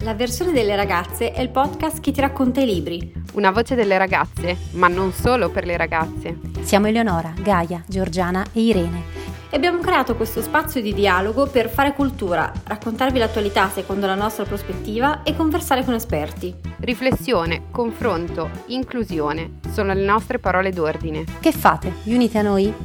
La versione delle ragazze è il podcast che ti racconta i libri. Una voce delle ragazze, ma non solo per le ragazze. Siamo Eleonora, Gaia, Giorgiana e Irene. E abbiamo creato questo spazio di dialogo per fare cultura, raccontarvi l'attualità secondo la nostra prospettiva e conversare con esperti. Riflessione, confronto, inclusione sono le nostre parole d'ordine. Che fate? Vi unite a noi?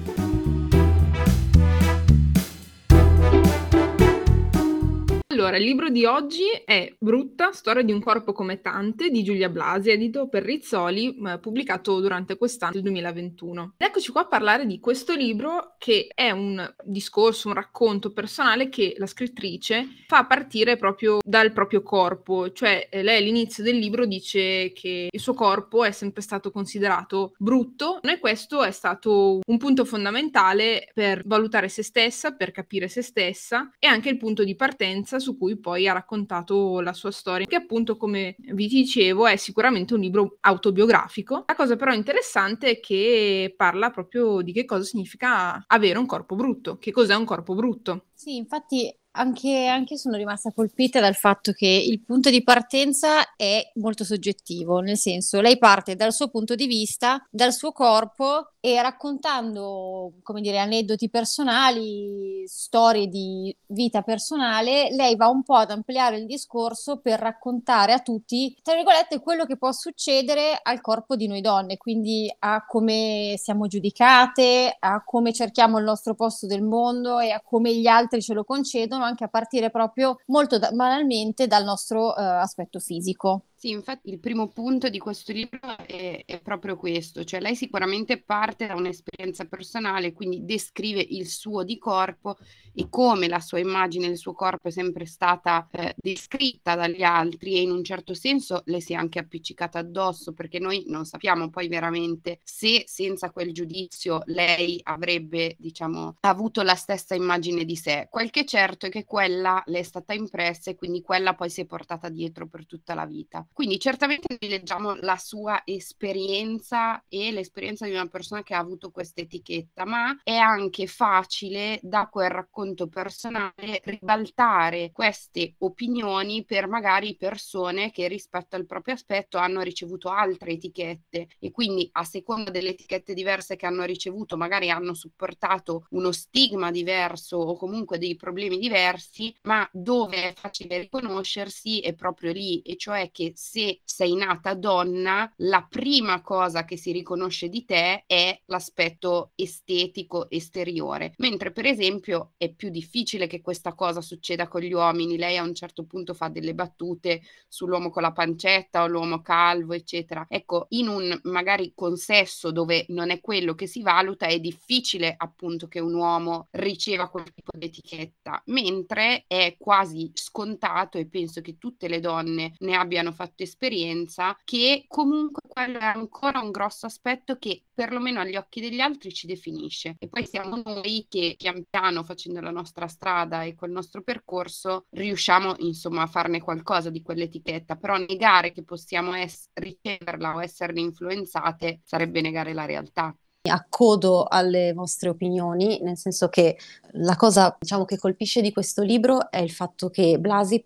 Allora, il libro di oggi è Brutta, storia di un corpo come tante di Giulia Blasi, edito per Rizzoli, pubblicato durante quest'anno, il 2021. Ed eccoci qua a parlare di questo libro che è un discorso, un racconto personale che la scrittrice fa partire proprio dal proprio corpo, cioè lei all'inizio del libro dice che il suo corpo è sempre stato considerato brutto e questo è stato un punto fondamentale per valutare se stessa, per capire se stessa e anche il punto di partenza su cui poi ha raccontato la sua storia, che appunto, come vi dicevo, è sicuramente un libro autobiografico. La cosa però interessante è che parla proprio di che cosa significa avere un corpo brutto, che cos'è un corpo brutto. Sì, infatti anche sono rimasta colpita dal fatto che il punto di partenza è molto soggettivo, nel senso lei parte dal suo punto di vista, dal suo corpo e raccontando, come dire, aneddoti personali, storie di vita personale, lei va un po' ad ampliare il discorso per raccontare a tutti, tra virgolette, quello che può succedere al corpo di noi donne, quindi a come siamo giudicate, a come cerchiamo il nostro posto del mondo e a come gli altri ce lo concedono, anche a partire proprio molto banalmente dal nostro aspetto fisico. Sì, infatti il primo punto di questo libro è proprio questo, cioè lei sicuramente parte da un'esperienza personale, quindi descrive il suo di corpo e come la sua immagine del suo corpo è sempre stata descritta dagli altri e in un certo senso le si è anche appiccicata addosso, perché noi non sappiamo poi veramente se senza quel giudizio lei avrebbe, diciamo, avuto la stessa immagine di sé. Quel che è certo è che quella le è stata impressa e quindi quella poi si è portata dietro per tutta la vita. Quindi certamente noi leggiamo la sua esperienza e l'esperienza di una persona che ha avuto questa etichetta, ma è anche facile da quel racconto personale ribaltare queste opinioni per magari persone che rispetto al proprio aspetto hanno ricevuto altre etichette e quindi a seconda delle etichette diverse che hanno ricevuto magari hanno supportato uno stigma diverso o comunque dei problemi diversi, ma dove è facile riconoscersi è proprio lì, e cioè che se sei nata donna, la prima cosa che si riconosce di te è l'aspetto estetico esteriore, mentre per esempio è più difficile che questa cosa succeda con gli uomini. Lei a un certo punto fa delle battute sull'uomo con la pancetta o l'uomo calvo, eccetera. Ecco, in un magari consesso dove non è quello che si valuta, è difficile appunto che un uomo riceva quel tipo di etichetta, mentre è quasi scontato, e penso che tutte le donne ne abbiano fatto esperienza, che comunque quello è ancora un grosso aspetto che perlomeno agli occhi degli altri ci definisce, e poi siamo noi che pian piano, facendo la nostra strada e col nostro percorso, riusciamo insomma a farne qualcosa di quell'etichetta, però negare che possiamo riceverla o esserne influenzate sarebbe negare la realtà. Accodo alle vostre opinioni, nel senso che la cosa, diciamo, che colpisce di questo libro è il fatto che Blasi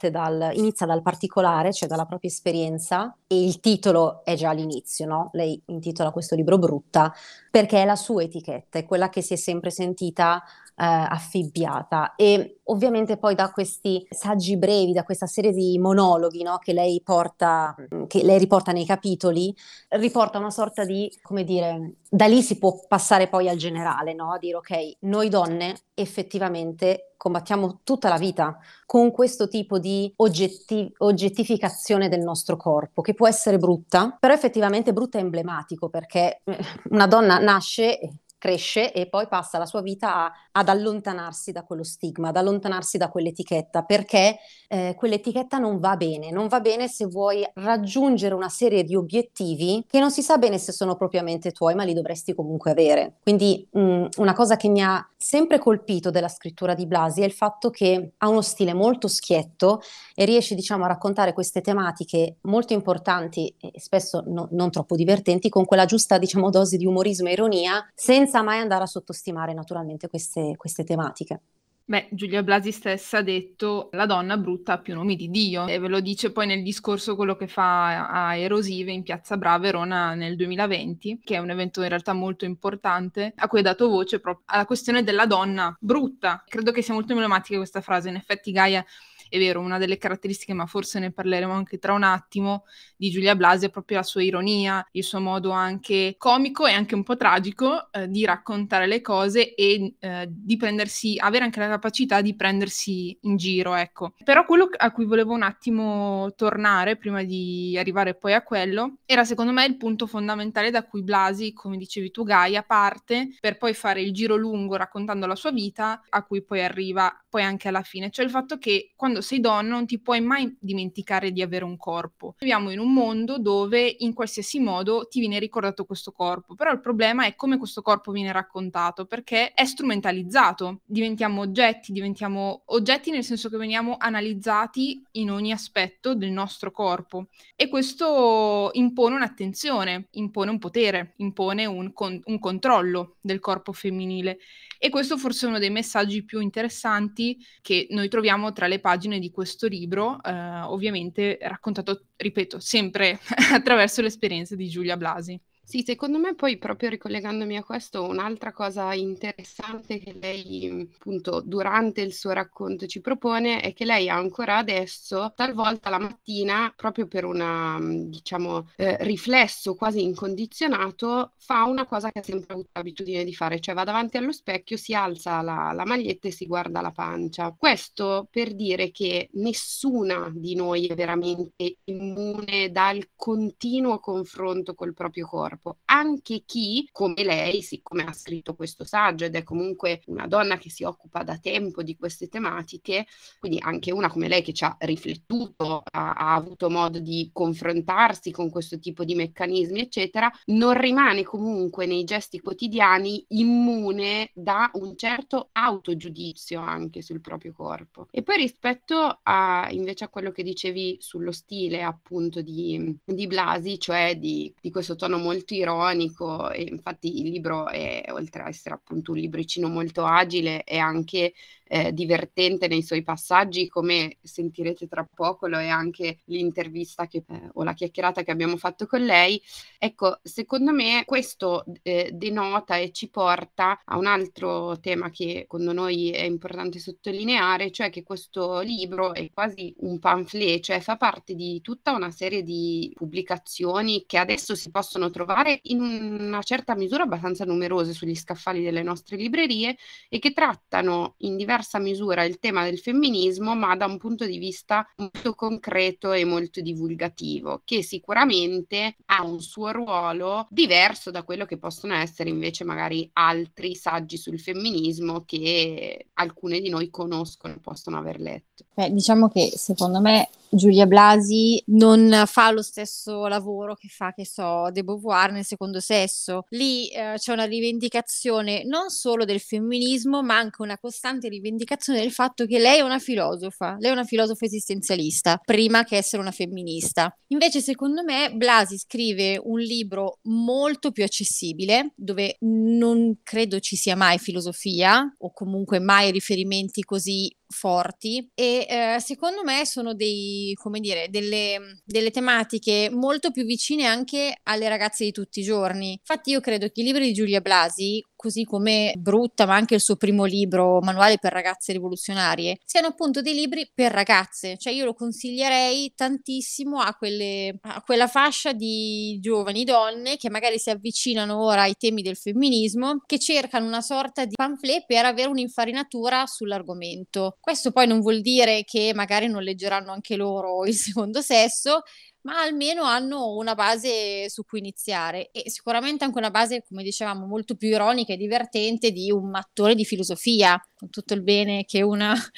inizia dal particolare, cioè dalla propria esperienza, e il titolo è già all'inizio, no? Lei intitola questo libro Brutta perché è la sua etichetta, è quella che si è sempre sentita affibbiata, e ovviamente poi da questi saggi brevi, da questa serie di monologhi, no, che lei riporta nei capitoli, riporta una sorta di, come dire, da lì si può passare poi al generale, no? A dire ok, noi donne effettivamente combattiamo tutta la vita con questo tipo di oggettificazione del nostro corpo, che può essere brutta, però effettivamente brutta è emblematico, perché una donna nasce, cresce e poi passa la sua vita ad allontanarsi da quello stigma, ad allontanarsi da quell'etichetta, perché quell'etichetta non va bene, non va bene se vuoi raggiungere una serie di obiettivi che non si sa bene se sono propriamente tuoi, ma li dovresti comunque avere. Quindi una cosa che mi ha sempre colpito della scrittura di Blasi è il fatto che ha uno stile molto schietto e riesce, diciamo, a raccontare queste tematiche molto importanti e spesso non troppo divertenti, con quella giusta, diciamo, dose di umorismo e ironia, senza mai andare a sottostimare naturalmente queste tematiche. Beh, Giulia Blasi stessa ha detto la donna brutta ha più nomi di Dio, e ve lo dice poi nel discorso quello che fa a Erosive in Piazza Bra, Verona, nel 2020, che è un evento in realtà molto importante, a cui ha dato voce proprio alla questione della donna brutta. Credo che sia molto emblematica questa frase. In effetti Gaia, è vero, una delle caratteristiche, ma forse ne parleremo anche tra un attimo, di Giulia Blasi è proprio la sua ironia, il suo modo anche comico e anche un po' tragico di raccontare le cose e di avere anche la capacità di prendersi in giro, ecco. Però quello a cui volevo un attimo tornare, prima di arrivare poi a quello, era secondo me il punto fondamentale da cui Blasi, come dicevi tu Gaia, parte per poi fare il giro lungo raccontando la sua vita, a cui poi arriva poi anche alla fine, cioè il fatto che quando sei donna non ti puoi mai dimenticare di avere un corpo. Viviamo in un mondo dove in qualsiasi modo ti viene ricordato questo corpo, però il problema è come questo corpo viene raccontato, perché è strumentalizzato, diventiamo oggetti nel senso che veniamo analizzati in ogni aspetto del nostro corpo, e questo impone un'attenzione, impone un potere, impone un controllo del corpo femminile. E questo forse è uno dei messaggi più interessanti che noi troviamo tra le pagine di questo libro, ovviamente raccontato, ripeto, sempre attraverso l'esperienza di Giulia Blasi. Sì, secondo me poi proprio ricollegandomi a questo, un'altra cosa interessante che lei appunto durante il suo racconto ci propone è che lei ancora adesso, talvolta la mattina, proprio per una diciamo riflesso quasi incondizionato, fa una cosa che ha sempre avuto l'abitudine di fare, cioè va davanti allo specchio, si alza la maglietta e si guarda la pancia. Questo per dire che nessuna di noi è veramente immune dal continuo confronto col proprio corpo. Anche chi, come lei, siccome ha scritto questo saggio ed è comunque una donna che si occupa da tempo di queste tematiche, quindi anche una come lei che ci ha riflettuto, ha avuto modo di confrontarsi con questo tipo di meccanismi, eccetera, non rimane comunque nei gesti quotidiani immune da un certo autogiudizio anche sul proprio corpo. E poi rispetto invece a quello che dicevi sullo stile appunto di Blasi, cioè di questo tono molto ironico, e infatti il libro è, oltre a essere appunto un libricino molto agile, è anche divertente nei suoi passaggi, come sentirete tra poco, lo è anche l'intervista o la chiacchierata che abbiamo fatto con lei. Ecco, secondo me questo denota e ci porta a un altro tema che secondo noi è importante sottolineare, cioè che questo libro è quasi un pamphlet, cioè fa parte di tutta una serie di pubblicazioni che adesso si possono trovare in una certa misura abbastanza numerose sugli scaffali delle nostre librerie e che trattano in diversa misura il tema del femminismo, ma da un punto di vista molto concreto e molto divulgativo, che sicuramente ha un suo ruolo diverso da quello che possono essere invece magari altri saggi sul femminismo che alcune di noi conoscono e possono aver letto. Diciamo che secondo me Giulia Blasi non fa lo stesso lavoro che fa, che so, De Beauvoir nel Secondo Sesso. Lì c'è una rivendicazione non solo del femminismo, ma anche una costante rivendicazione del fatto che lei è una filosofa esistenzialista, prima che essere una femminista. Invece, secondo me, Blasi scrive un libro molto più accessibile, dove non credo ci sia mai filosofia, o comunque mai riferimenti così forti, e secondo me sono delle tematiche molto più vicine anche alle ragazze di tutti i giorni. Infatti io credo che i libri di Giulia Blasi, così come Brutta, ma anche il suo primo libro, Manuale per ragazze rivoluzionarie, siano appunto dei libri per ragazze. Cioè io lo consiglierei tantissimo a quella fascia di giovani donne che magari si avvicinano ora ai temi del femminismo, che cercano una sorta di pamphlet per avere un'infarinatura sull'argomento. Questo poi non vuol dire che magari non leggeranno anche loro Il Secondo Sesso, ma almeno hanno una base su cui iniziare, e sicuramente anche una base, come dicevamo, molto più ironica e divertente di un mattone di filosofia, con tutto il bene che una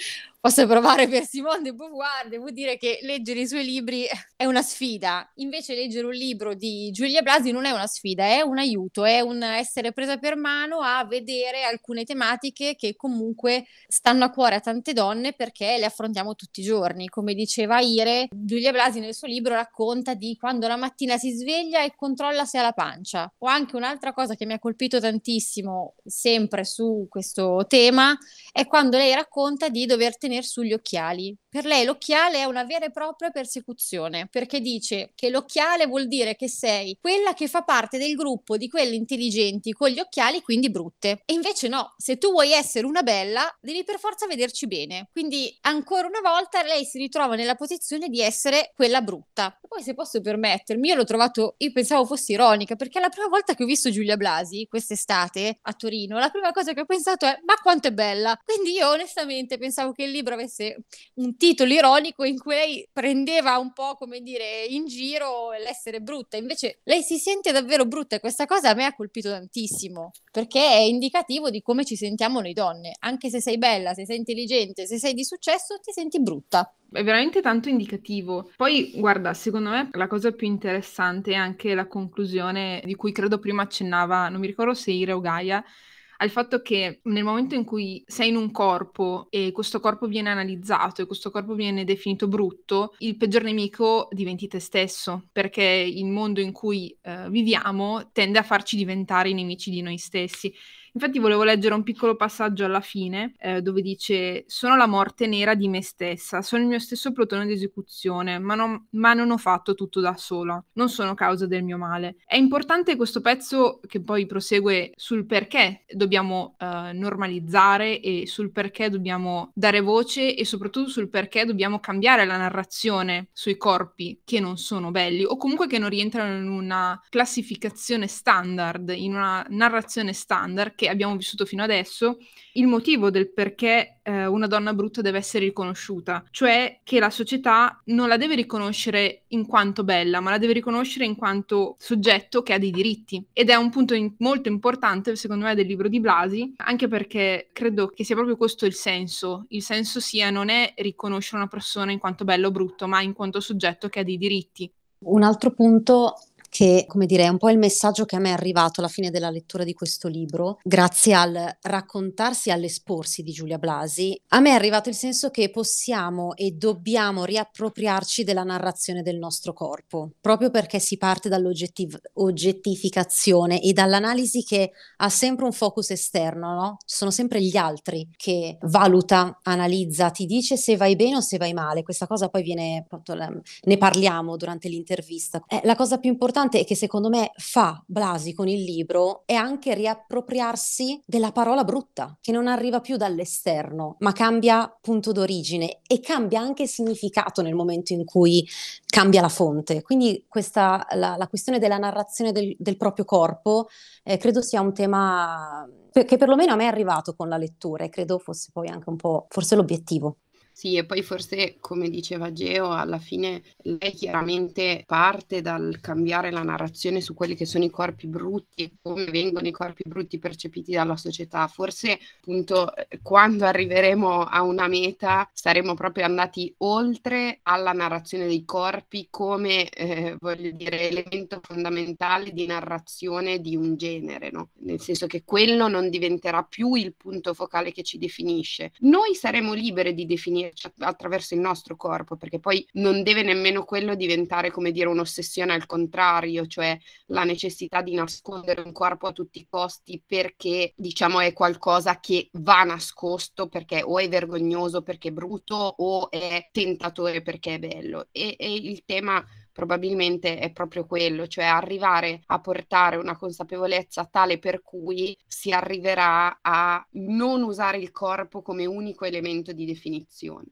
possa provare per Simone de Beauvoir, devo dire che leggere i suoi libri è una sfida. Invece leggere un libro di Giulia Blasi non è una sfida, è un aiuto, è un essere presa per mano a vedere alcune tematiche che comunque stanno a cuore a tante donne perché le affrontiamo tutti i giorni. Come diceva Ire, Giulia Blasi nel suo libro racconta di quando la mattina si sveglia e controlla se ha la pancia. O anche un'altra cosa che mi ha colpito tantissimo, sempre su questo tema, è quando lei racconta di dover tenere sugli occhiali. Per lei l'occhiale è una vera e propria persecuzione, perché dice che l'occhiale vuol dire che sei quella che fa parte del gruppo di quelle intelligenti con gli occhiali, quindi brutte. E invece no, se tu vuoi essere una bella, devi per forza vederci bene. Quindi ancora una volta lei si ritrova nella posizione di essere quella brutta. E poi, se posso permettermi, io pensavo fosse ironica, perché la prima volta che ho visto Giulia Blasi quest'estate a Torino, la prima cosa che ho pensato è: ma quanto è bella! Quindi io onestamente pensavo che il libro avesse un titolo ironico in cui lei prendeva un po', come dire, in giro l'essere brutta. Invece lei si sente davvero brutta, e questa cosa a me ha colpito tantissimo, perché è indicativo di come ci sentiamo noi donne. Anche se sei bella, se sei intelligente, se sei di successo, ti senti brutta. È veramente tanto indicativo. Poi, guarda, secondo me la cosa più interessante è anche la conclusione di cui credo prima accennava, non mi ricordo se Ira o Gaia, al fatto che nel momento in cui sei in un corpo e questo corpo viene analizzato e questo corpo viene definito brutto, il peggior nemico diventi te stesso, perché il mondo in cui viviamo tende a farci diventare i nemici di noi stessi. Infatti volevo leggere un piccolo passaggio alla fine dove dice: sono la morte nera di me stessa, sono il mio stesso plotone di esecuzione, ma non ho fatto tutto da sola, non sono causa del mio male. È importante questo pezzo che poi prosegue sul perché dobbiamo normalizzare e sul perché dobbiamo dare voce e soprattutto sul perché dobbiamo cambiare la narrazione sui corpi che non sono belli o comunque che non rientrano in una classificazione standard, in una narrazione standard che abbiamo vissuto fino adesso. Il motivo del perché una donna brutta deve essere riconosciuta, cioè che la società non la deve riconoscere in quanto bella, ma la deve riconoscere in quanto soggetto che ha dei diritti. Ed è un punto molto importante, secondo me, del libro di Blasi, anche perché credo che sia proprio questo il senso. Il senso non è riconoscere una persona in quanto bello o brutto, ma in quanto soggetto che ha dei diritti. Un altro punto che, come dire, è un po' il messaggio che a me è arrivato alla fine della lettura di questo libro, grazie al raccontarsi e all'esporsi di Giulia Blasi, a me è arrivato il senso che possiamo e dobbiamo riappropriarci della narrazione del nostro corpo, proprio perché si parte dall'oggettificazione e dall'analisi che ha sempre un focus esterno, no? Ci sono sempre gli altri che valuta, analizza, ti dice se vai bene o se vai male. Questa cosa poi viene, ne parliamo durante l'intervista. La cosa più importante è che secondo me fa Blasi con il libro è anche riappropriarsi della parola brutta, che non arriva più dall'esterno, ma cambia punto d'origine e cambia anche significato nel momento in cui cambia la fonte. Quindi la questione della narrazione del proprio corpo credo sia un tema che perlomeno a me è arrivato con la lettura e credo fosse poi anche un po' forse l'obiettivo. Sì, e poi forse, come diceva Geo, alla fine lei chiaramente parte dal cambiare la narrazione su quelli che sono i corpi brutti e come vengono i corpi brutti percepiti dalla società. Forse, appunto, quando arriveremo a una meta saremo proprio andati oltre alla narrazione dei corpi come, voglio dire, elemento fondamentale di narrazione di un genere, no? Nel senso che quello non diventerà più il punto focale che ci definisce. Noi saremo libere di definirci attraverso il nostro corpo, perché poi non deve nemmeno quello diventare, come dire, un'ossessione al contrario, cioè la necessità di nascondere un corpo a tutti i costi perché, diciamo, è qualcosa che va nascosto perché o è vergognoso perché è brutto o è tentatore perché è bello. E il tema probabilmente è proprio quello, cioè arrivare a portare una consapevolezza tale per cui si arriverà a non usare il corpo come unico elemento di definizione.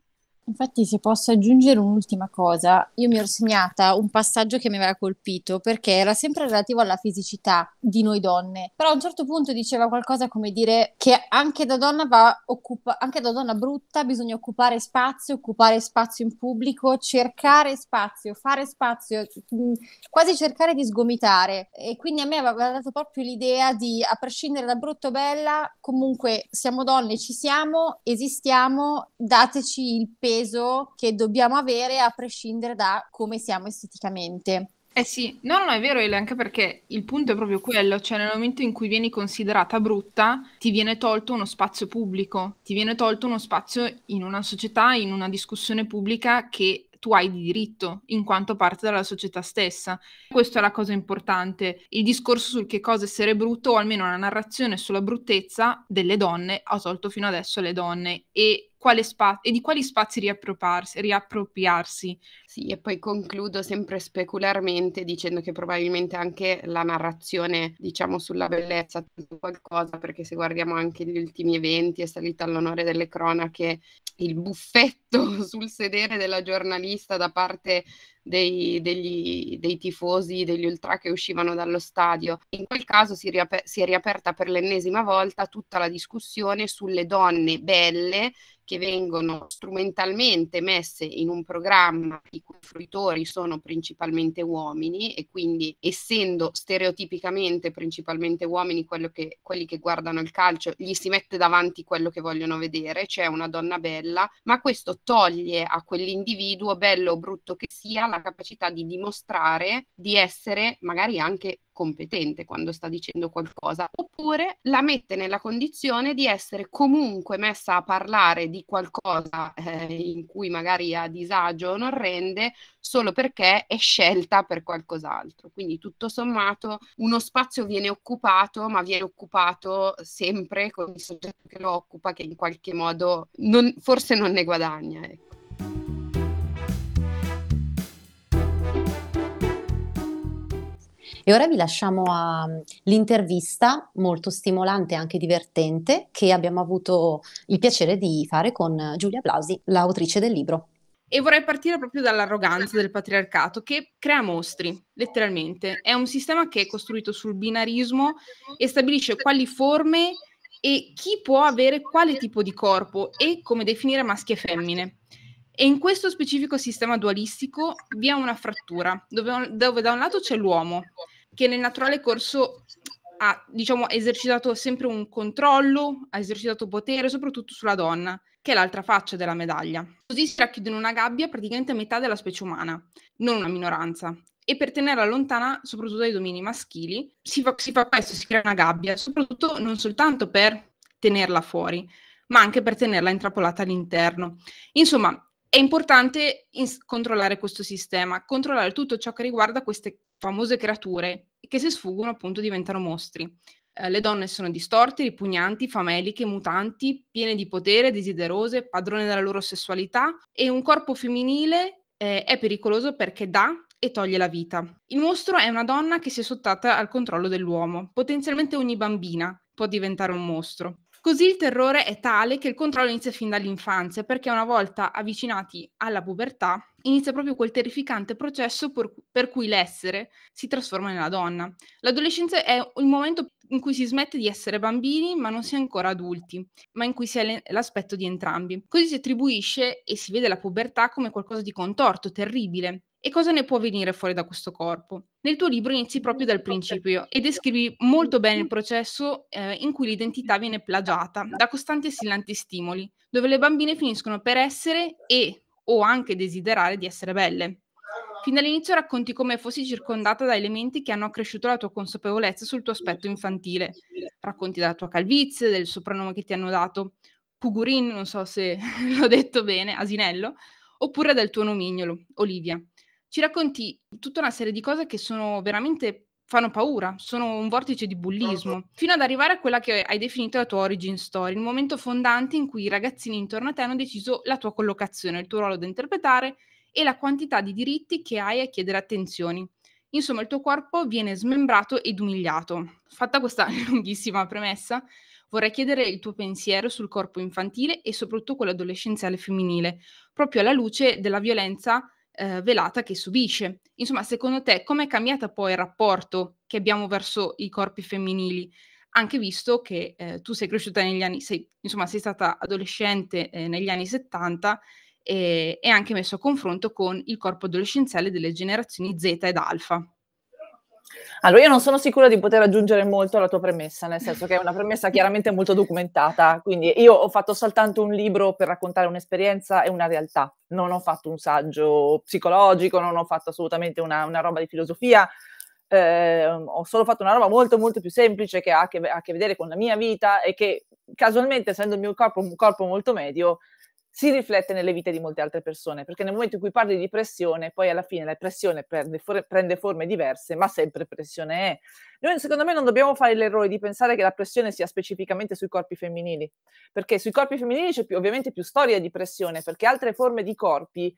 Infatti, se posso aggiungere un'ultima cosa, io mi ero segnata un passaggio che mi aveva colpito perché era sempre relativo alla fisicità di noi donne, però a un certo punto diceva qualcosa come dire che anche da donna anche da donna brutta bisogna occupare spazio in pubblico, cercare spazio, fare spazio, quasi cercare di sgomitare. E quindi a me aveva dato proprio l'idea di, a prescindere da brutto o bella, comunque siamo donne, ci siamo, esistiamo, dateci il peso che dobbiamo avere a prescindere da come siamo esteticamente. Eh sì, no, no, è vero, Ele, anche perché il punto è proprio quello, cioè nel momento in cui vieni considerata brutta, ti viene tolto uno spazio pubblico, ti viene tolto uno spazio in una società, in una discussione pubblica che tu hai di diritto, in quanto parte della società stessa. Questa è la cosa importante, il discorso sul che cosa è essere brutto, o almeno una narrazione sulla bruttezza delle donne, ha tolto fino adesso le donne, e di quali spazi riappropriarsi. Sì, e poi concludo sempre specularmente dicendo che probabilmente anche la narrazione, diciamo, sulla bellezza ha tolto qualcosa, perché se guardiamo anche gli ultimi eventi, è salito all'onore delle cronache il buffetto sul sedere della giornalista da parte dei tifosi, degli ultra che uscivano dallo stadio. In quel caso si è riaperta per l'ennesima volta tutta la discussione sulle donne belle che vengono strumentalmente messe in un programma i cui fruitori sono principalmente uomini, e quindi, essendo stereotipicamente principalmente uomini quelli che guardano il calcio, gli si mette davanti quello che vogliono vedere, cioè una donna bella, ma questo toglie a quell'individuo, bello o brutto che sia, la capacità di dimostrare di essere magari anche competente quando sta dicendo qualcosa, oppure la mette nella condizione di essere comunque messa a parlare di qualcosa in cui magari ha disagio o non rende, solo perché è scelta per qualcos'altro. Quindi tutto sommato uno spazio viene occupato, ma viene occupato sempre con il soggetto che lo occupa, che in qualche modo forse non ne guadagna, ecco. E ora vi lasciamo all'intervista molto stimolante e anche divertente che abbiamo avuto il piacere di fare con Giulia Blasi, l'autrice del libro. E vorrei partire proprio dall'arroganza del patriarcato che crea mostri, letteralmente. È un sistema che è costruito sul binarismo e stabilisce quali forme e chi può avere quale tipo di corpo e come definire maschi e femmine. E in questo specifico sistema dualistico vi è una frattura, dove da un lato c'è l'uomo, che nel naturale corso ha, diciamo, esercitato sempre un controllo, ha esercitato potere, soprattutto sulla donna, che è l'altra faccia della medaglia. Così si racchiude in una gabbia praticamente a metà della specie umana, non una minoranza. E per tenerla lontana, soprattutto dai domini maschili, si fa questo, si crea una gabbia, soprattutto non soltanto per tenerla fuori, ma anche per tenerla intrappolata all'interno. Insomma, è importante controllare questo sistema, controllare tutto ciò che riguarda queste famose creature che se sfuggono appunto diventano mostri. Le donne sono distorte, ripugnanti, fameliche, mutanti, piene di potere, desiderose, padrone della loro sessualità, e un corpo femminile è pericoloso perché dà e toglie la vita. Il mostro è una donna che si è sottratta al controllo dell'uomo. Potenzialmente ogni bambina può diventare un mostro. Così il terrore è tale che il controllo inizia fin dall'infanzia, perché una volta avvicinati alla pubertà inizia proprio quel terrificante processo per cui l'essere si trasforma nella donna. L'adolescenza è il momento in cui si smette di essere bambini ma non si è ancora adulti, ma in cui si è l'aspetto di entrambi. Così si attribuisce e si vede la pubertà come qualcosa di contorto, terribile. E cosa ne può venire fuori da questo corpo? Nel tuo libro inizi proprio dal principio e descrivi molto bene il processo in cui l'identità viene plagiata da costanti e sillanti stimoli, dove le bambine finiscono per essere o anche desiderare di essere belle. Fin dall'inizio racconti come fossi circondata da elementi che hanno accresciuto la tua consapevolezza sul tuo aspetto infantile. Racconti della tua calvizie, del soprannome che ti hanno dato, Pugurin, non so se l'ho detto bene, asinello, oppure del tuo nomignolo, Olivia. Ci racconti tutta una serie di cose che sono veramente fanno paura, sono un vortice di bullismo, fino ad arrivare a quella che hai definito la tua origin story, il momento fondante in cui i ragazzini intorno a te hanno deciso la tua collocazione, il tuo ruolo da interpretare e la quantità di diritti che hai a chiedere attenzioni. Insomma, il tuo corpo viene smembrato ed umiliato. Fatta questa lunghissima premessa, vorrei chiedere il tuo pensiero sul corpo infantile e soprattutto quello adolescenziale femminile, proprio alla luce della violenza velata che subisce. Insomma, secondo te com'è cambiata poi il rapporto che abbiamo verso i corpi femminili? Anche visto che tu sei cresciuta negli anni, sei stata adolescente negli anni 70 e anche messo a confronto con il corpo adolescenziale delle generazioni Z ed Alfa. Allora, io non sono sicura di poter aggiungere molto alla tua premessa, nel senso che è una premessa chiaramente molto documentata, quindi io ho fatto soltanto un libro per raccontare un'esperienza e una realtà, non ho fatto un saggio psicologico, non ho fatto assolutamente una roba di filosofia, ho solo fatto una roba molto molto più semplice che ha a che vedere con la mia vita e che casualmente, essendo il mio corpo un corpo molto medio, si riflette nelle vite di molte altre persone, perché nel momento in cui parli di pressione, poi alla fine la pressione prende forme diverse, ma sempre pressione è. Noi secondo me non dobbiamo fare l'errore di pensare che la pressione sia specificamente sui corpi femminili, perché sui corpi femminili c'è ovviamente più storia di pressione, perché altre forme di corpi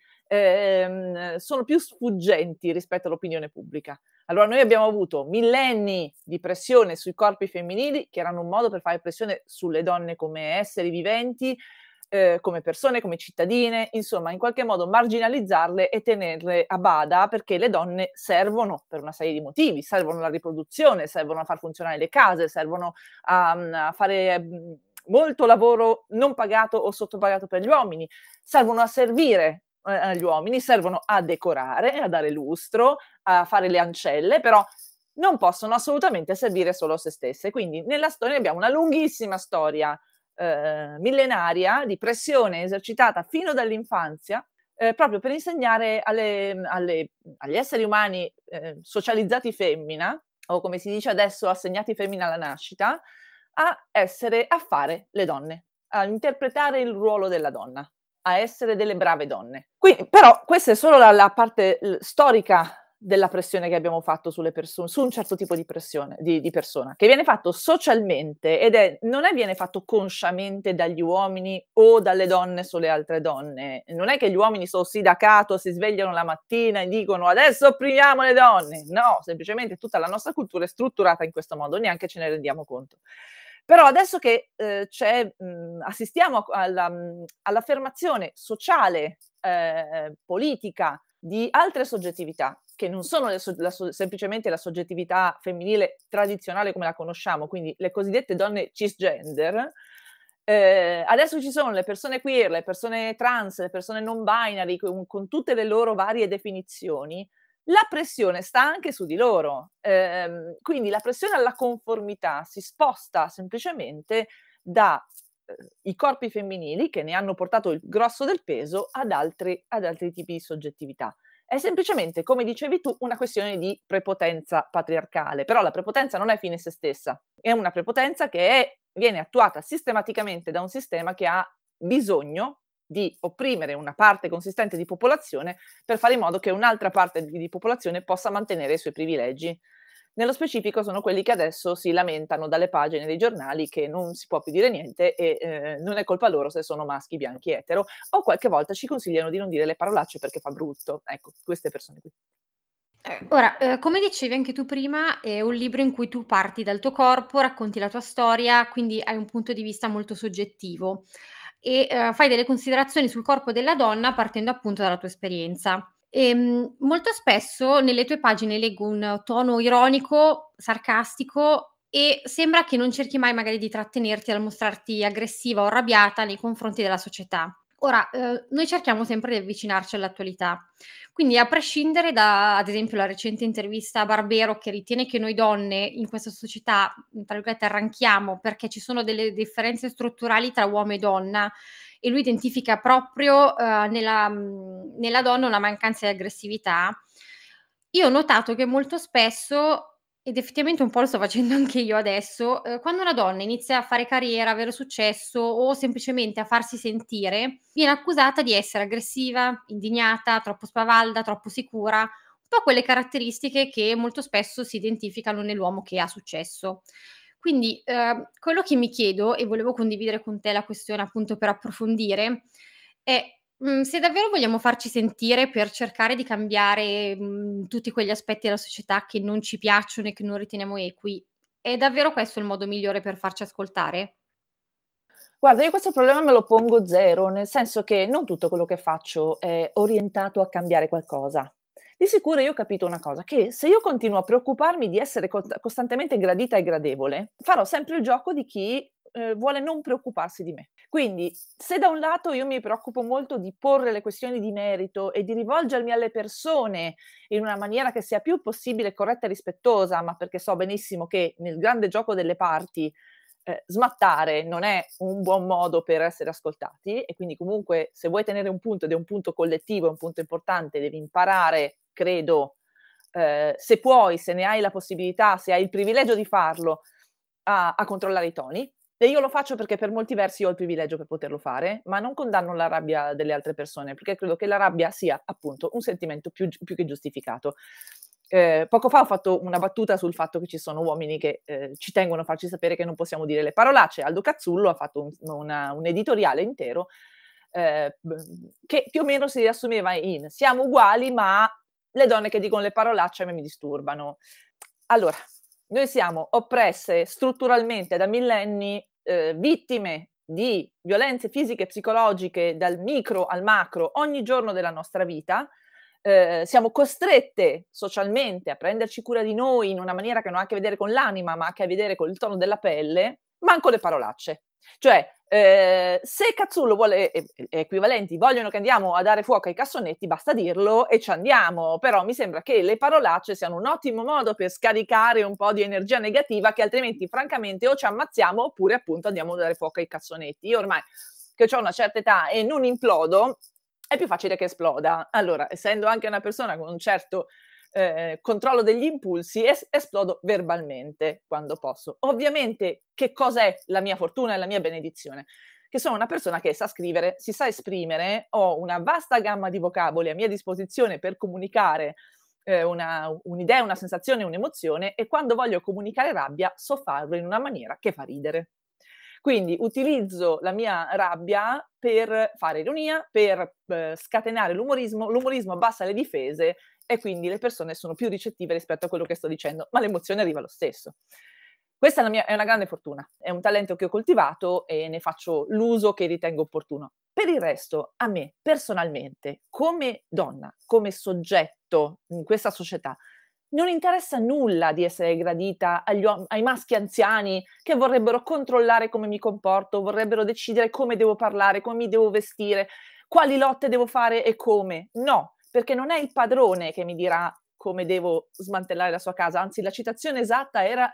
sono più sfuggenti rispetto all'opinione pubblica. Allora noi abbiamo avuto millenni di pressione sui corpi femminili, che erano un modo per fare pressione sulle donne come esseri viventi, come persone, come cittadine, insomma in qualche modo marginalizzarle e tenerle a bada, perché le donne servono per una serie di motivi, servono alla riproduzione, servono a far funzionare le case, servono a fare molto lavoro non pagato o sottopagato per gli uomini, servono a servire agli uomini, servono a decorare, a dare lustro, a fare le ancelle, però non possono assolutamente servire solo a se stesse. Quindi nella storia abbiamo una lunghissima storia millenaria di pressione esercitata fino dall'infanzia proprio per insegnare agli esseri umani socializzati femmina, o come si dice adesso assegnati femmina alla nascita, a fare le donne, a interpretare il ruolo della donna, a essere delle brave donne. Quindi, però questa è solo la parte storica della pressione che abbiamo fatto sulle persone, su un certo tipo di pressione, di persona, che viene fatto socialmente non viene fatto consciamente dagli uomini o dalle donne sulle altre donne. Non è che gli uomini sono sindacato, si svegliano la mattina e dicono adesso opprimiamo le donne. No, semplicemente tutta la nostra cultura è strutturata in questo modo, neanche ce ne rendiamo conto. Però adesso che assistiamo all'affermazione sociale, politica, di altre soggettività, che non sono semplicemente la soggettività femminile tradizionale come la conosciamo, quindi le cosiddette donne cisgender, adesso ci sono le persone queer, le persone trans, le persone non binary, con tutte le loro varie definizioni, la pressione sta anche su di loro. Quindi la pressione alla conformità si sposta semplicemente da i corpi femminili, che ne hanno portato il grosso del peso, ad altri tipi di soggettività. È semplicemente, come dicevi tu, una questione di prepotenza patriarcale, però la prepotenza non è fine a se stessa, è una prepotenza che viene attuata sistematicamente da un sistema che ha bisogno di opprimere una parte consistente di popolazione per fare in modo che un'altra parte di popolazione possa mantenere i suoi privilegi. Nello specifico sono quelli che adesso si lamentano dalle pagine dei giornali che non si può più dire niente e non è colpa loro se sono maschi, bianchi, etero, o qualche volta ci consigliano di non dire le parolacce perché fa brutto. Ecco, queste persone qui. Ora, come dicevi anche tu prima, è un libro in cui tu parti dal tuo corpo, racconti la tua storia, quindi hai un punto di vista molto soggettivo e fai delle considerazioni sul corpo della donna partendo appunto dalla tua esperienza. Molto spesso nelle tue pagine leggo un tono ironico, sarcastico e sembra che non cerchi mai magari di trattenerti dal mostrarti aggressiva o arrabbiata nei confronti della società. Ora, noi cerchiamo sempre di avvicinarci all'attualità, quindi a prescindere da, ad esempio, la recente intervista a Barbero che ritiene che noi donne in questa società, tra virgolette, arranchiamo perché ci sono delle differenze strutturali tra uomo e donna e lui identifica proprio nella donna una mancanza di aggressività. Io ho notato che molto spesso, ed effettivamente un po' lo sto facendo anche io adesso, quando una donna inizia a fare carriera, avere successo o semplicemente a farsi sentire, viene accusata di essere aggressiva, indignata, troppo spavalda, troppo sicura, un po' quelle caratteristiche che molto spesso si identificano nell'uomo che ha successo. Quindi, quello che mi chiedo, e volevo condividere con te la questione appunto per approfondire, è, se davvero vogliamo farci sentire per cercare di cambiare, tutti quegli aspetti della società che non ci piacciono e che non riteniamo equi, è davvero questo il modo migliore per farci ascoltare? Guarda, io questo problema me lo pongo zero, nel senso che non tutto quello che faccio è orientato a cambiare qualcosa. Di sicuro io ho capito una cosa, che se io continuo a preoccuparmi di essere costantemente gradita e gradevole, farò sempre il gioco di chi vuole non preoccuparsi di me. Quindi, se da un lato io mi preoccupo molto di porre le questioni di merito e di rivolgermi alle persone in una maniera che sia più possibile corretta e rispettosa, ma perché so benissimo che nel grande gioco delle parti smattare non è un buon modo per essere ascoltati, e quindi comunque se vuoi tenere un punto ed è un punto collettivo, è un punto importante, devi imparare, credo, se puoi, se ne hai la possibilità, se hai il privilegio di farlo, a controllare i toni. E io lo faccio perché per molti versi ho il privilegio per poterlo fare, ma non condanno la rabbia delle altre persone, perché credo che la rabbia sia appunto un sentimento più che giustificato. Poco fa ho fatto una battuta sul fatto che ci sono uomini che ci tengono a farci sapere che non possiamo dire le parolacce. Aldo Cazzullo ha fatto un editoriale intero che più o meno si riassumeva in: siamo uguali, ma le donne che dicono le parolacce a me mi disturbano. Allora, noi siamo oppresse strutturalmente da millenni, vittime di violenze fisiche e psicologiche dal micro al macro ogni giorno della nostra vita. Siamo costrette socialmente a prenderci cura di noi in una maniera che non ha a che vedere con l'anima, ma ha a che vedere con il tono della pelle, manco le parolacce. Cioè, se Cazzullo vuole, e equivalenti vogliono che andiamo a dare fuoco ai cassonetti, basta dirlo e ci andiamo. Però mi sembra che le parolacce siano un ottimo modo per scaricare un po' di energia negativa, che altrimenti francamente o ci ammazziamo oppure appunto andiamo a dare fuoco ai cassonetti. Io ormai che ho una certa età e non implodo, è più facile che esploda. Allora, essendo anche una persona con un certo controllo degli impulsi, esplodo verbalmente quando posso. Ovviamente, che cosa è la mia fortuna e la mia benedizione? Che sono una persona che sa scrivere, si sa esprimere, ho una vasta gamma di vocaboli a mia disposizione per comunicare un'idea, una sensazione, un'emozione, e quando voglio comunicare rabbia so farlo in una maniera che fa ridere. Quindi utilizzo la mia rabbia per fare ironia, per scatenare l'umorismo abbassa le difese e quindi le persone sono più ricettive rispetto a quello che sto dicendo, ma l'emozione arriva lo stesso. Questa è una grande fortuna, è un talento che ho coltivato e ne faccio l'uso che ritengo opportuno. Per il resto, a me personalmente, come donna, come soggetto in questa società, non interessa nulla di essere gradita ai maschi anziani che vorrebbero controllare come mi comporto, vorrebbero decidere come devo parlare, come mi devo vestire, quali lotte devo fare e come. No, perché non è il padrone che mi dirà come devo smantellare la sua casa, anzi la citazione esatta era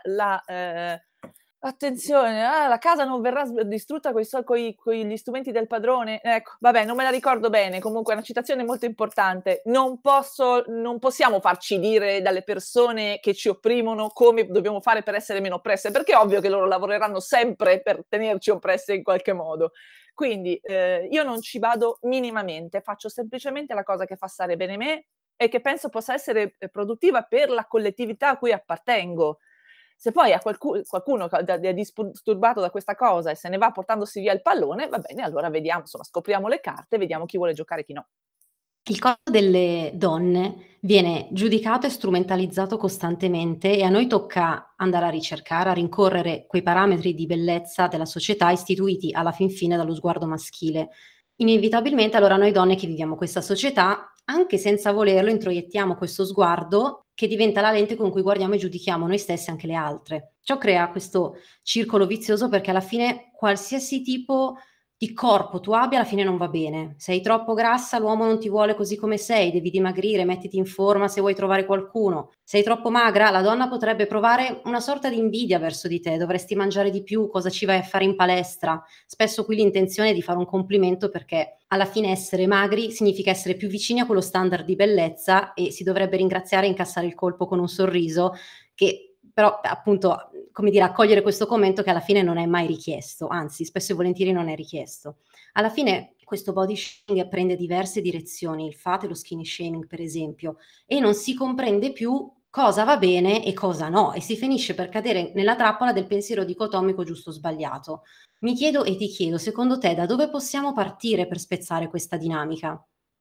attenzione, la casa non verrà distrutta con gli strumenti del padrone. Ecco, vabbè, non me la ricordo bene, comunque è una citazione molto importante. Non possiamo farci dire dalle persone che ci opprimono come dobbiamo fare per essere meno oppresse, perché è ovvio che loro lavoreranno sempre per tenerci oppresse in qualche modo. Quindi io non ci vado minimamente, faccio semplicemente la cosa che fa stare bene me e che penso possa essere produttiva per la collettività a cui appartengo. Se poi a qualcuno è disturbato da questa cosa e se ne va portandosi via il pallone, va bene, allora vediamo, insomma, scopriamo le carte, vediamo chi vuole giocare e chi no. Il corpo delle donne viene giudicato e strumentalizzato costantemente e a noi tocca andare a ricercare, a rincorrere quei parametri di bellezza della società istituiti alla fin fine dallo sguardo maschile. Inevitabilmente allora noi donne che viviamo questa società, anche senza volerlo, introiettiamo questo sguardo che diventa la lente con cui guardiamo e giudichiamo noi stesse e anche le altre. Ciò crea questo circolo vizioso perché alla fine qualsiasi tipo di corpo tu abbia alla fine non va bene. Sei troppo grassa, l'uomo non ti vuole così come sei, devi dimagrire, mettiti in forma se vuoi trovare qualcuno. Sei troppo magra, la donna potrebbe provare una sorta di invidia verso di te, dovresti mangiare di più, cosa ci vai a fare in palestra? Spesso qui l'intenzione è di fare un complimento perché alla fine essere magri significa essere più vicini a quello standard di bellezza e si dovrebbe ringraziare e incassare il colpo con un sorriso che però appunto, come dire, accogliere questo commento che alla fine non è mai richiesto, anzi spesso e volentieri non è richiesto. Alla fine questo body shaming prende diverse direzioni, il fat e lo skinny shaming per esempio, e non si comprende più cosa va bene e cosa no, e si finisce per cadere nella trappola del pensiero dicotomico giusto o sbagliato. Mi chiedo e ti chiedo, secondo te da dove possiamo partire per spezzare questa dinamica?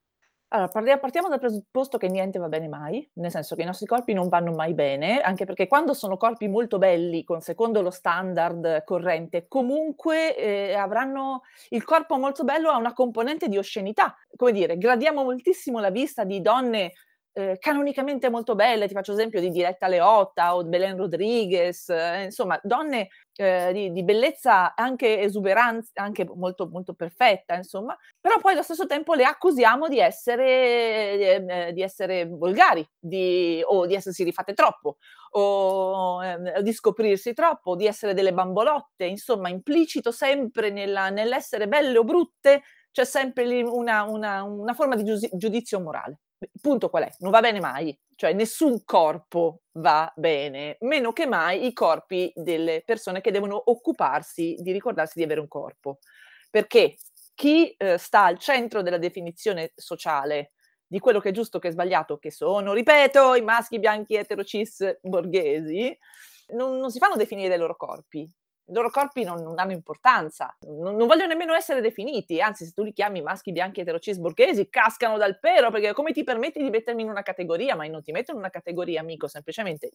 Allora, partiamo dal presupposto che niente va bene mai, nel senso che i nostri corpi non vanno mai bene, anche perché quando sono corpi molto belli, secondo lo standard corrente, comunque avranno il corpo molto bello ha una componente di oscenità. Come dire, gradiamo moltissimo la vista di donne canonicamente molto belle, ti faccio esempio di Diletta Leotta o Belen Rodriguez, insomma, donne di bellezza anche esuberanza, anche molto, molto perfetta, insomma, però poi allo stesso tempo le accusiamo di essere volgari, o di essersi rifatte troppo, o di scoprirsi troppo, di essere delle bambolotte, insomma, implicito sempre nell'essere belle o brutte c'è sempre lì una forma di giudizio morale. Il punto qual è? Non va bene mai, cioè nessun corpo va bene, meno che mai i corpi delle persone che devono occuparsi di ricordarsi di avere un corpo. Perché chi sta al centro della definizione sociale di quello che è giusto, che è sbagliato, che sono, ripeto, i maschi bianchi eterocis borghesi, non si fanno definire dai loro corpi. I loro corpi non hanno importanza, non vogliono nemmeno essere definiti, anzi se tu li chiami maschi bianchi eterocis borghesi cascano dal pero, perché come ti permetti di mettermi in una categoria? Ma io non ti metto in una categoria, amico, semplicemente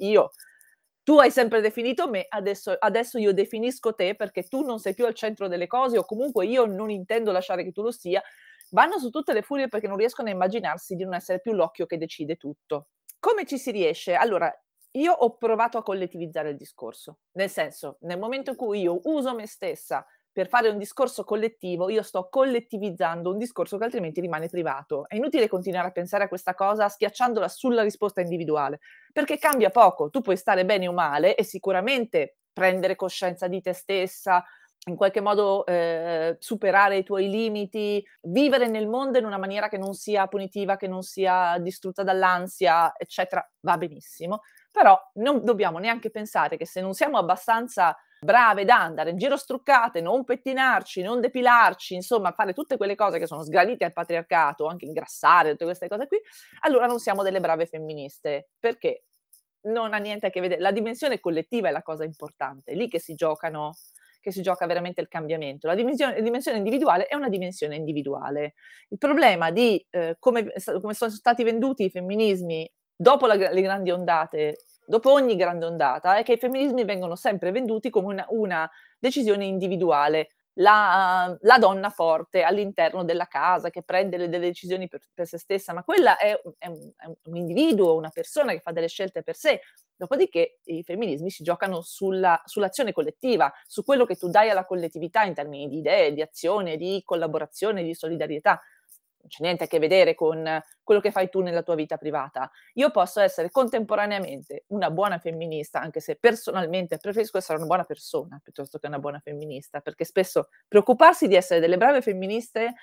tu hai sempre definito me, adesso io definisco te perché tu non sei più al centro delle cose o comunque io non intendo lasciare che tu lo sia. Vanno su tutte le furie perché non riescono a immaginarsi di non essere più l'occhio che decide tutto. Come ci si riesce? Allora, io ho provato a collettivizzare il discorso, nel senso, nel momento in cui io uso me stessa per fare un discorso collettivo, io sto collettivizzando un discorso che altrimenti rimane privato. È inutile continuare a pensare a questa cosa schiacciandola sulla risposta individuale, perché cambia poco. Tu puoi stare bene o male e sicuramente prendere coscienza di te stessa, in qualche modo superare i tuoi limiti, vivere nel mondo in una maniera che non sia punitiva, che non sia distrutta dall'ansia, eccetera, va benissimo. Però non dobbiamo neanche pensare che se non siamo abbastanza brave da andare in giro struccate, non pettinarci, non depilarci, insomma fare tutte quelle cose che sono sgradite al patriarcato, anche ingrassare, tutte queste cose qui, allora non siamo delle brave femministe, perché non ha niente a che vedere. La dimensione collettiva è la cosa importante, è lì che si gioca veramente il cambiamento. La dimensione individuale è una dimensione individuale. Il problema di come sono stati venduti i femminismi dopo le grandi ondate, dopo ogni grande ondata, è che i femminismi vengono sempre venduti come una decisione individuale. La donna forte all'interno della casa che prende delle decisioni per se stessa, ma quella è un individuo, una persona che fa delle scelte per sé. Dopodiché i femminismi si giocano sull'azione collettiva, su quello che tu dai alla collettività in termini di idee, di azione, di collaborazione, di solidarietà. Non c'è niente a che vedere con quello che fai tu nella tua vita privata. Io posso essere contemporaneamente una buona femminista, anche se personalmente preferisco essere una buona persona piuttosto che una buona femminista, perché spesso preoccuparsi di essere delle brave femministe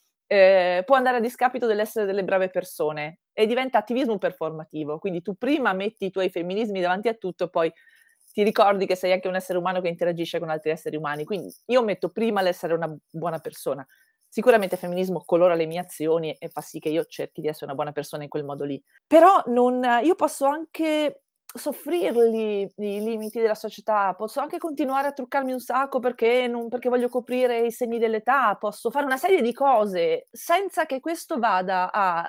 può andare a discapito dell'essere delle brave persone e diventa attivismo performativo. Quindi tu prima metti i tuoi femminismi davanti a tutto e poi ti ricordi che sei anche un essere umano che interagisce con altri esseri umani. Quindi io metto prima l'essere una buona persona. Sicuramente il femminismo colora le mie azioni e fa sì che io cerchi di essere una buona persona in quel modo lì. Però io posso anche soffrirli i limiti della società, posso anche continuare a truccarmi un sacco perché voglio coprire i segni dell'età, posso fare una serie di cose senza che questo vada a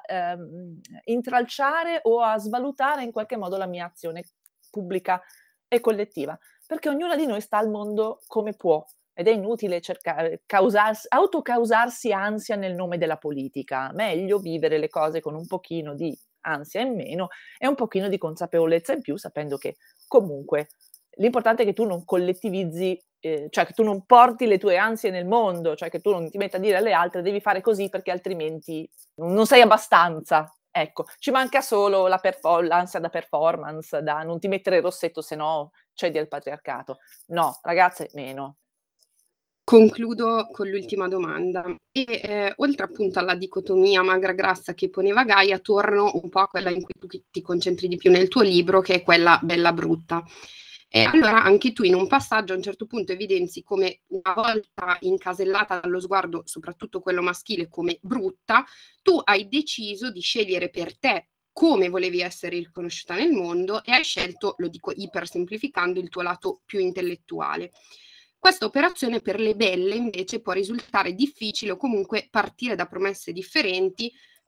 intralciare o a svalutare in qualche modo la mia azione pubblica e collettiva, perché ognuna di noi sta al mondo come può. Ed è inutile autocausarsi ansia nel nome della politica. Meglio vivere le cose con un pochino di ansia in meno e un pochino di consapevolezza in più, sapendo che comunque l'importante è che tu non collettivizzi, cioè che tu non porti le tue ansie nel mondo, cioè che tu non ti metta a dire alle altre devi fare così perché altrimenti non sei abbastanza. Ecco, ci manca solo l'ansia da performance, da non ti mettere il rossetto se no cedi al patriarcato. No, ragazze, meno. Concludo con l'ultima domanda e oltre appunto alla dicotomia magra-grassa che poneva Gaia, torno un po' a quella in cui tu ti concentri di più nel tuo libro, che è quella bella-brutta. E allora anche tu in un passaggio a un certo punto evidenzi come una volta incasellata dallo sguardo, soprattutto quello maschile, come brutta, tu hai deciso di scegliere per te come volevi essere riconosciuta nel mondo e hai scelto, lo dico ipersemplificando, il tuo lato più intellettuale. Questa operazione per le belle invece può risultare difficile o comunque partire da promesse differenti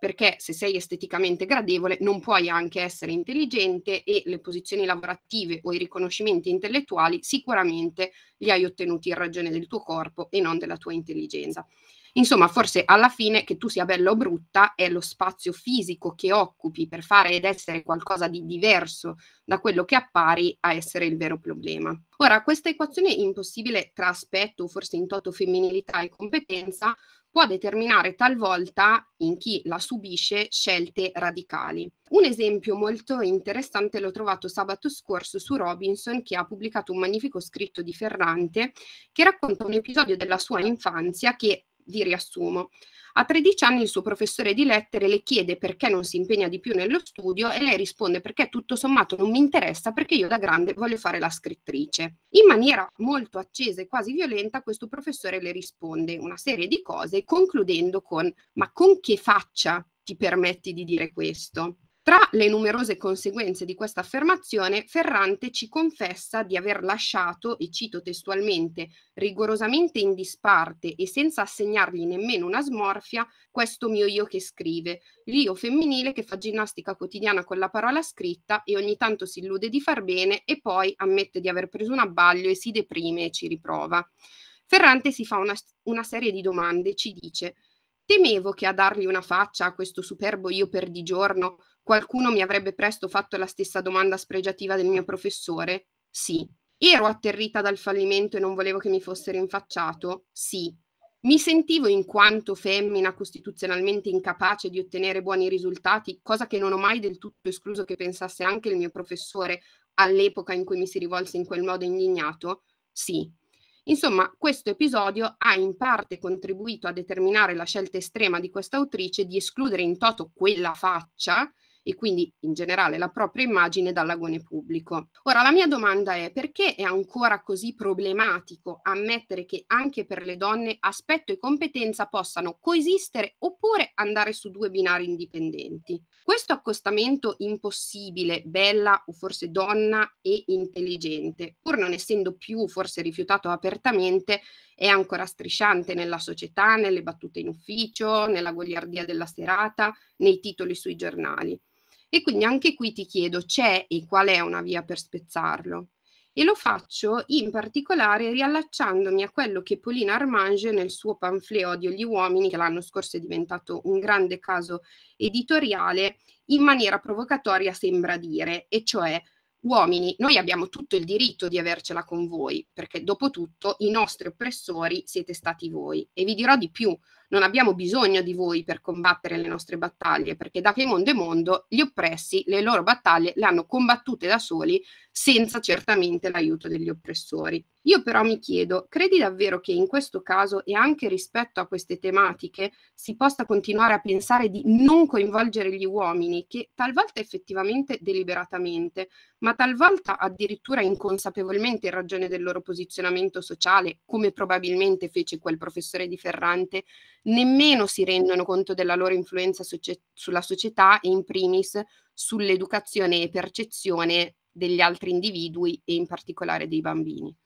perché se sei esteticamente gradevole non puoi anche essere intelligente e le posizioni lavorative o i riconoscimenti intellettuali sicuramente li hai ottenuti in ragione del tuo corpo e non della tua intelligenza. Insomma, forse alla fine che tu sia bella o brutta è lo spazio fisico che occupi per fare ed essere qualcosa di diverso da quello che appari a essere il vero problema. Ora, questa equazione impossibile tra aspetto, forse in toto femminilità e competenza, può determinare talvolta in chi la subisce scelte radicali. Un esempio molto interessante l'ho trovato sabato scorso su Robinson, che ha pubblicato un magnifico scritto di Ferrante che racconta un episodio della sua infanzia che vi riassumo. A 13 anni il suo professore di lettere le chiede perché non si impegna di più nello studio e lei risponde perché tutto sommato non mi interessa, perché io da grande voglio fare la scrittrice. In maniera molto accesa e quasi violenta questo professore le risponde una serie di cose concludendo con: ma con che faccia ti permetti di dire questo? Tra le numerose conseguenze di questa affermazione, Ferrante ci confessa di aver lasciato, e cito testualmente, rigorosamente in disparte e senza assegnargli nemmeno una smorfia, questo mio io che scrive, l'io femminile che fa ginnastica quotidiana con la parola scritta e ogni tanto si illude di far bene e poi ammette di aver preso un abbaglio e si deprime e ci riprova. Ferrante si fa una serie di domande, ci dice: temevo che a dargli una faccia a questo superbo io per di giorno qualcuno mi avrebbe presto fatto la stessa domanda spregiativa del mio professore? Sì. Ero atterrita dal fallimento e non volevo che mi fosse rinfacciato? Sì. Mi sentivo in quanto femmina costituzionalmente incapace di ottenere buoni risultati, cosa che non ho mai del tutto escluso che pensasse anche il mio professore all'epoca in cui mi si rivolse in quel modo indignato? Sì. Insomma, questo episodio ha in parte contribuito a determinare la scelta estrema di questa autrice di escludere in toto quella faccia e quindi in generale la propria immagine dall'agone pubblico. Ora, la mia domanda è: perché è ancora così problematico ammettere che anche per le donne aspetto e competenza possano coesistere oppure andare su due binari indipendenti? Questo accostamento impossibile, bella o forse donna e intelligente, pur non essendo più forse rifiutato apertamente, è ancora strisciante nella società, nelle battute in ufficio, nella goliardia della serata, nei titoli sui giornali. E quindi anche qui ti chiedo: c'è e qual è una via per spezzarlo? E lo faccio in particolare riallacciandomi a quello che Paulina Armange nel suo pamphlet Odio gli uomini, che l'anno scorso è diventato un grande caso editoriale, in maniera provocatoria sembra dire, e cioè: uomini, noi abbiamo tutto il diritto di avercela con voi, perché dopo tutto i nostri oppressori siete stati voi. E vi dirò di più: non abbiamo bisogno di voi per combattere le nostre battaglie, perché da che mondo è mondo gli oppressi le loro battaglie le hanno combattute da soli, senza certamente l'aiuto degli oppressori. Io però mi chiedo: credi davvero che in questo caso e anche rispetto a queste tematiche si possa continuare a pensare di non coinvolgere gli uomini, che talvolta effettivamente deliberatamente, ma talvolta addirittura inconsapevolmente in ragione del loro posizionamento sociale, come probabilmente fece quel professore di Ferrante, nemmeno si rendono conto della loro influenza sulla società e in primis sull'educazione e percezione degli altri individui e in particolare dei bambini?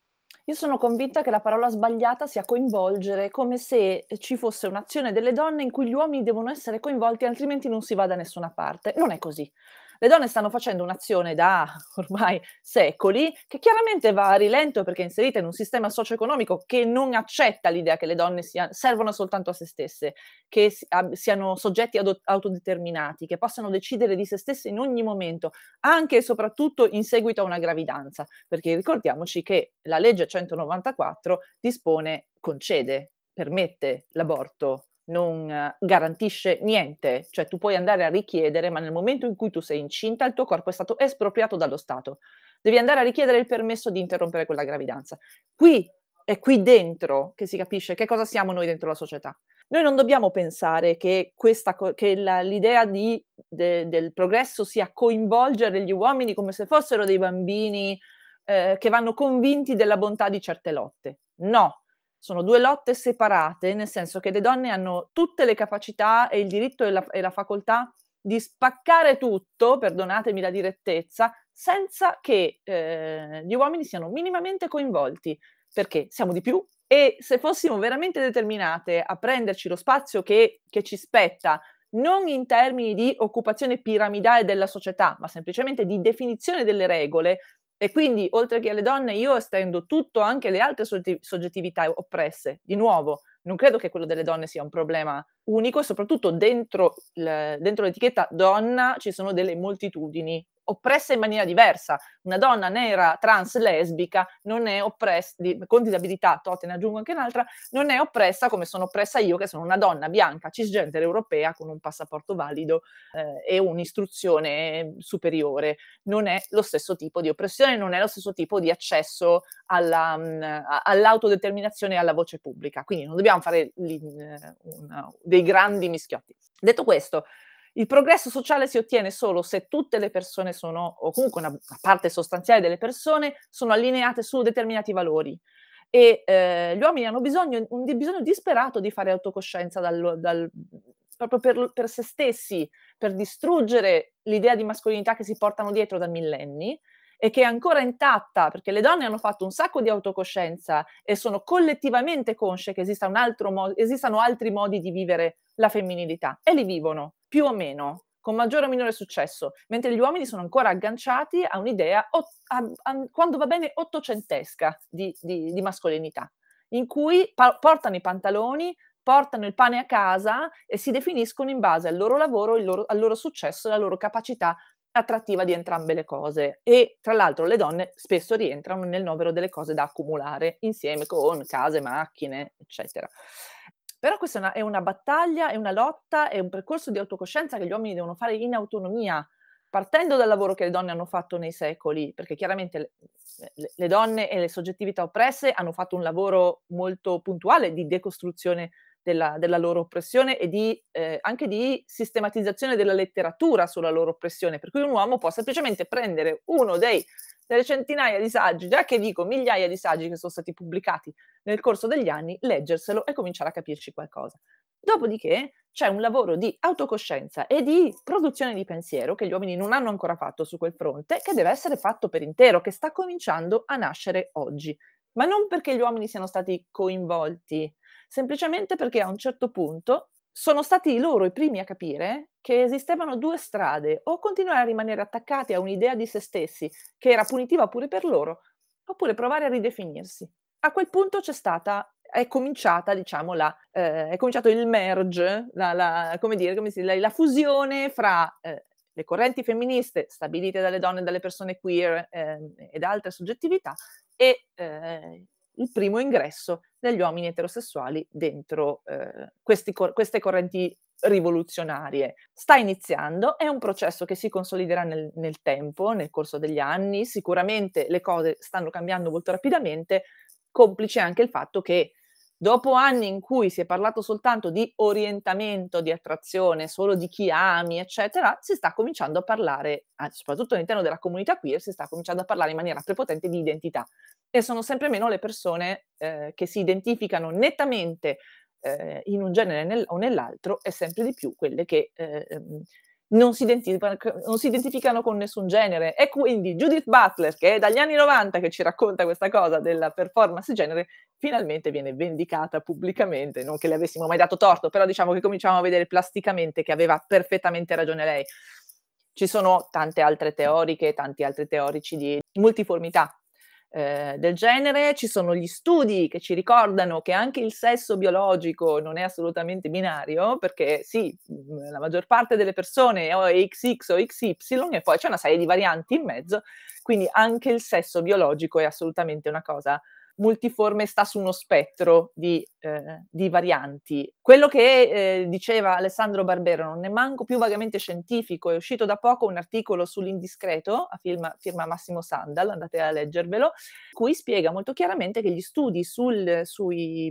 Io sono convinta che la parola sbagliata sia coinvolgere, come se ci fosse un'azione delle donne in cui gli uomini devono essere coinvolti, altrimenti non si va da nessuna parte. Non è così. Le donne stanno facendo un'azione da ormai secoli, che chiaramente va a rilento perché è inserita in un sistema socio-economico che non accetta l'idea che le donne servono soltanto a se stesse, che siano soggetti autodeterminati, che possano decidere di se stesse in ogni momento, anche e soprattutto in seguito a una gravidanza, perché ricordiamoci che la legge 194 concede, permette l'aborto, non garantisce niente, cioè tu puoi andare a richiedere, ma nel momento in cui tu sei incinta il tuo corpo è stato espropriato dallo Stato, devi andare a richiedere il permesso di interrompere quella gravidanza. È qui dentro che si capisce che cosa siamo noi dentro la società. Noi non dobbiamo pensare che l'idea del progresso sia coinvolgere gli uomini come se fossero dei bambini che vanno convinti della bontà di certe lotte. No, sono due lotte separate, nel senso che le donne hanno tutte le capacità e il diritto e la facoltà di spaccare tutto, perdonatemi la direttezza, senza che gli uomini siano minimamente coinvolti, perché siamo di più e se fossimo veramente determinate a prenderci lo spazio che ci spetta non in termini di occupazione piramidale della società, ma semplicemente di definizione delle regole. E quindi, oltre che alle donne, io estendo tutto anche alle altre soggettività oppresse. Di nuovo, non credo che quello delle donne sia un problema unico, e soprattutto dentro l'etichetta donna ci sono delle moltitudini oppresse in maniera diversa. Una donna nera, trans, lesbica non è oppressa, con disabilità, te ne aggiungo anche un'altra, non è oppressa come sono oppressa io, che sono una donna bianca, cisgender europea con un passaporto valido e un'istruzione superiore. Non è lo stesso tipo di oppressione, non è lo stesso tipo di accesso all'autodeterminazione e alla voce pubblica. Quindi non dobbiamo fare dei grandi mischiotti. Detto questo, il progresso sociale si ottiene solo se tutte le persone sono, o comunque una parte sostanziale delle persone, sono allineate su determinati valori. E gli uomini hanno un bisogno disperato di fare autocoscienza proprio per se stessi, per distruggere l'idea di mascolinità che si portano dietro da millenni e che è ancora intatta, perché le donne hanno fatto un sacco di autocoscienza e sono collettivamente consce che esistano altri modi di vivere la femminilità, e li vivono, più o meno, con maggiore o minore successo, mentre gli uomini sono ancora agganciati a un'idea, quando va bene, ottocentesca di mascolinità, in cui portano i pantaloni, portano il pane a casa e si definiscono in base al loro lavoro, al loro successo e alla loro capacità attrattiva di entrambe le cose. E tra l'altro le donne spesso rientrano nel novero delle cose da accumulare insieme con case, macchine, eccetera. Però questa è una battaglia, è una lotta, è un percorso di autocoscienza che gli uomini devono fare in autonomia, partendo dal lavoro che le donne hanno fatto nei secoli, perché chiaramente le donne e le soggettività oppresse hanno fatto un lavoro molto puntuale di decostruzione della loro oppressione e anche di sistematizzazione della letteratura sulla loro oppressione, per cui un uomo può semplicemente prendere uno delle centinaia di saggi, già che dico migliaia di saggi che sono stati pubblicati nel corso degli anni, leggerselo e cominciare a capirci qualcosa. Dopodiché c'è un lavoro di autocoscienza e di produzione di pensiero che gli uomini non hanno ancora fatto su quel fronte, che deve essere fatto per intero, che sta cominciando a nascere oggi. Ma non perché gli uomini siano stati coinvolti, semplicemente perché a un certo punto sono stati loro i primi a capire che esistevano due strade: o continuare a rimanere attaccati a un'idea di se stessi che era punitiva pure per loro, oppure provare a ridefinirsi. A quel punto è cominciato il merge, la fusione fra le correnti femministe stabilite dalle donne e dalle persone queer e da altre soggettività e il primo ingresso degli uomini eterosessuali dentro queste correnti rivoluzionarie. Sta iniziando, è un processo che si consoliderà nel tempo, nel corso degli anni. Sicuramente le cose stanno cambiando molto rapidamente, complice anche il fatto che dopo anni in cui si è parlato soltanto di orientamento, di attrazione, solo di chi ami, eccetera, si sta cominciando a parlare, soprattutto all'interno della comunità queer, si sta cominciando a parlare in maniera prepotente di identità. E sono sempre meno le persone che si identificano nettamente in un genere o nell'altro, e sempre di più quelle che non si identificano con nessun genere. E quindi Judith Butler, che è dagli anni 90 che ci racconta questa cosa della performance genere, finalmente viene vendicata pubblicamente, non che le avessimo mai dato torto, però diciamo che cominciamo a vedere plasticamente che aveva perfettamente ragione lei. Ci sono tante altre teoriche, tanti altri teorici di multiformità del genere. Ci sono gli studi che ci ricordano che anche il sesso biologico non è assolutamente binario, perché sì, la maggior parte delle persone o è XX o XY e poi c'è una serie di varianti in mezzo, quindi anche il sesso biologico è assolutamente una cosa multiforme, sta su uno spettro di varianti. Quello che diceva Alessandro Barbero non è manco più vagamente scientifico, è uscito da poco un articolo sull'Indiscreto, a firma Massimo Sandal, andate a leggervelo, cui spiega molto chiaramente che gli studi sui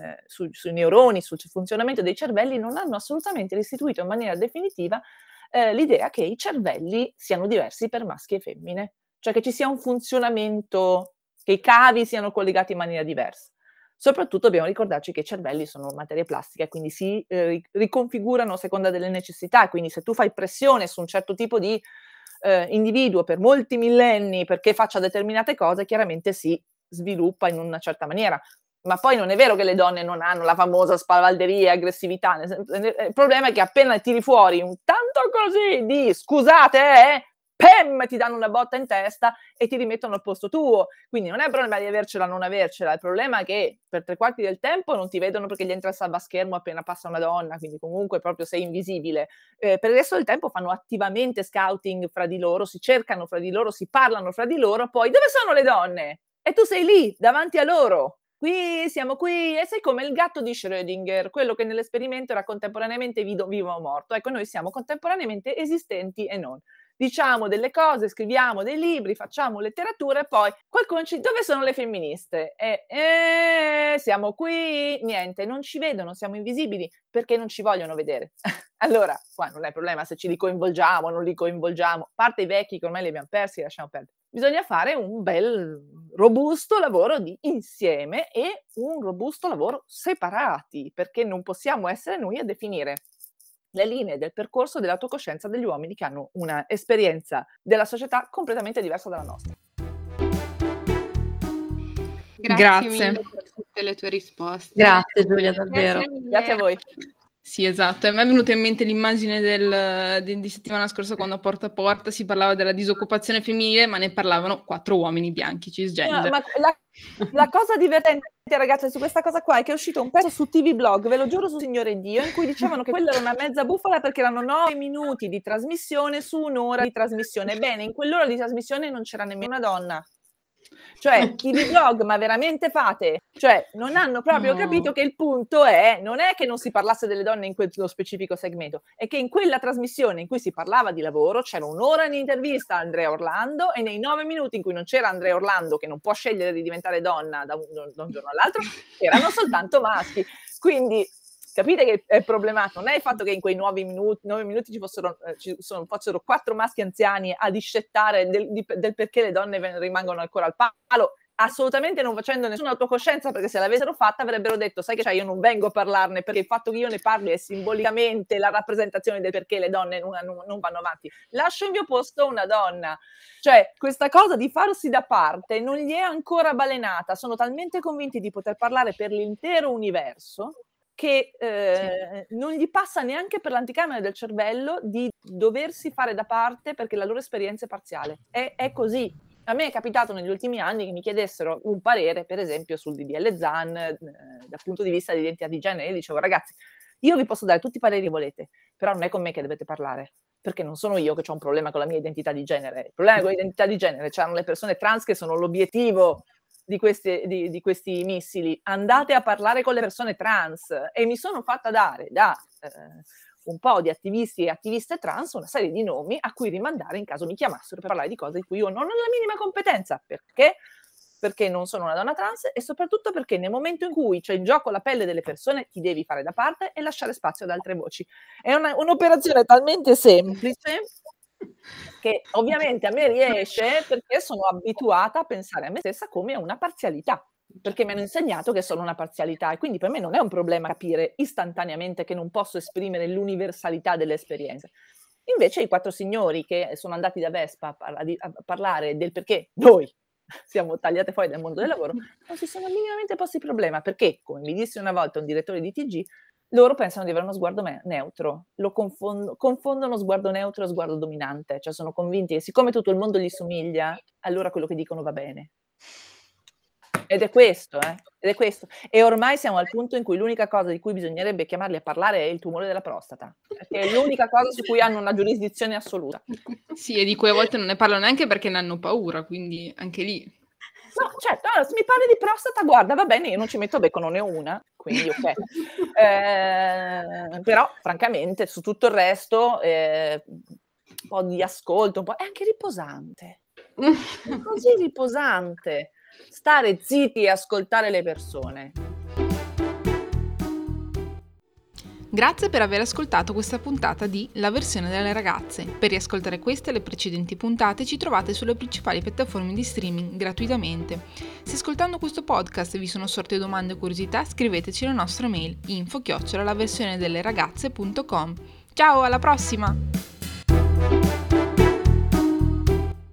neuroni, sul funzionamento dei cervelli non hanno assolutamente restituito in maniera definitiva l'idea che i cervelli siano diversi per maschi e femmine, cioè che ci sia un funzionamento, che i cavi siano collegati in maniera diversa. Soprattutto dobbiamo ricordarci che i cervelli sono materie plastiche, quindi si riconfigurano a seconda delle necessità, quindi se tu fai pressione su un certo tipo di individuo per molti millenni perché faccia determinate cose, chiaramente si sviluppa in una certa maniera. Ma poi non è vero che le donne non hanno la famosa spavalderia, aggressività. Il problema è che appena tiri fuori un tanto così di scusate, pem, ti danno una botta in testa e ti rimettono al posto tuo. Quindi non è il problema di avercela o non avercela, il problema è che per 3/4 del tempo non ti vedono perché gli entra il salvaschermo appena passa una donna, quindi comunque proprio sei invisibile. Per il resto del tempo fanno attivamente scouting fra di loro, si cercano fra di loro, si parlano fra di loro, poi dove sono le donne? E tu sei lì, davanti a loro. Qui, siamo qui, e sei come il gatto di Schrödinger, quello che nell'esperimento era contemporaneamente vivo o morto. Ecco, noi siamo contemporaneamente esistenti e non. Diciamo delle cose, scriviamo dei libri, facciamo letteratura e poi qualcuno ci... Dove sono le femministe? Siamo qui, niente, non ci vedono, siamo invisibili perché non ci vogliono vedere. Allora, qua non è problema se ci li coinvolgiamo o non li coinvolgiamo, a parte i vecchi che ormai li abbiamo persi, lasciamo perdere. Bisogna fare un bel robusto lavoro di insieme e un robusto lavoro separati, perché non possiamo essere noi a definire le linee del percorso dell'autocoscienza degli uomini che hanno una esperienza della società completamente diversa dalla nostra. Grazie mille per tutte le tue risposte. Grazie Giulia, davvero. Grazie a voi. Sì, esatto. A me è venuta in mente l'immagine di settimana scorsa quando a Porta si parlava della disoccupazione femminile, ma ne parlavano 4 uomini bianchi, cisgender. Ma la cosa divertente, ragazzi, su questa cosa qua è che è uscito un pezzo su TV Blog, ve lo giuro su Signore Dio, in cui dicevano che quella era una mezza bufala perché erano 9 minuti di trasmissione su un'ora di trasmissione. Bene, in quell'ora di trasmissione non c'era nemmeno una donna. Cioè, TV Blog, ma veramente fate? Cioè, non hanno proprio capito che il punto non è che non si parlasse delle donne in quello specifico segmento, è che in quella trasmissione in cui si parlava di lavoro c'era un'ora di intervista a Andrea Orlando e nei 9 minuti in cui non c'era Andrea Orlando, che non può scegliere di diventare donna da un giorno all'altro, erano soltanto maschi. Quindi capite che è problematico, non è il fatto che in quei 9 minuti ci fossero 4 maschi anziani a discettare del perché le donne rimangono ancora al palo, assolutamente non facendo nessuna autocoscienza, perché se l'avessero fatta avrebbero detto sai che io non vengo a parlarne perché il fatto che io ne parli è simbolicamente la rappresentazione del perché le donne non vanno avanti. Lascio il mio posto a una donna. Cioè, questa cosa di farsi da parte non gli è ancora balenata, sono talmente convinti di poter parlare per l'intero universo che non gli passa neanche per l'anticamera del cervello di doversi fare da parte perché la loro esperienza è parziale. È così. A me è capitato negli ultimi anni che mi chiedessero un parere, per esempio, sul DDL Zan, dal punto di vista di identità di genere. Io dicevo, ragazzi, io vi posso dare tutti i pareri che volete, però non è con me che dovete parlare, perché non sono io che ho un problema con la mia identità di genere. Il problema con l'identità di genere c'hanno le persone trans che sono l'obiettivo di questi missili. Andate a parlare con le persone trans. E mi sono fatta dare da un po' di attivisti e attiviste trans una serie di nomi a cui rimandare in caso mi chiamassero per parlare di cose di cui io non ho la minima competenza. Perché non sono una donna trans e soprattutto perché nel momento in cui c'è in gioco la pelle delle persone ti devi fare da parte e lasciare spazio ad altre voci. È un'operazione talmente semplice che ovviamente a me riesce perché sono abituata a pensare a me stessa come a una parzialità, perché mi hanno insegnato che sono una parzialità e quindi per me non è un problema capire istantaneamente che non posso esprimere l'universalità delle esperienze. Invece i 4 signori che sono andati da Vespa a parlare del perché noi siamo tagliate fuori dal mondo del lavoro non si sono minimamente posti il problema, perché, come mi disse una volta un direttore di TG, loro pensano di avere uno sguardo neutro, lo confondono sguardo neutro e sguardo dominante, cioè sono convinti che siccome tutto il mondo gli somiglia, allora quello che dicono va bene. Ed è questo. E ormai siamo al punto in cui l'unica cosa di cui bisognerebbe chiamarli a parlare è il tumore della prostata, perché è l'unica cosa su cui hanno una giurisdizione assoluta. Sì, e di cui a volte non ne parlano neanche perché ne hanno paura, quindi anche lì. No, certo, allora, se mi parli di prostata, guarda, va bene, io non ci metto becco, non ne ho una, quindi ok. Però, francamente, su tutto il resto, un po' di ascolto, è anche riposante. È così riposante stare zitti e ascoltare le persone. Grazie per aver ascoltato questa puntata di La versione delle ragazze. Per riascoltare queste e le precedenti puntate ci trovate sulle principali piattaforme di streaming gratuitamente. Se ascoltando questo podcast vi sono sorte domande o curiosità, scriveteci alla nostra mail info@laversionedelleragazze.com. Ciao, alla prossima!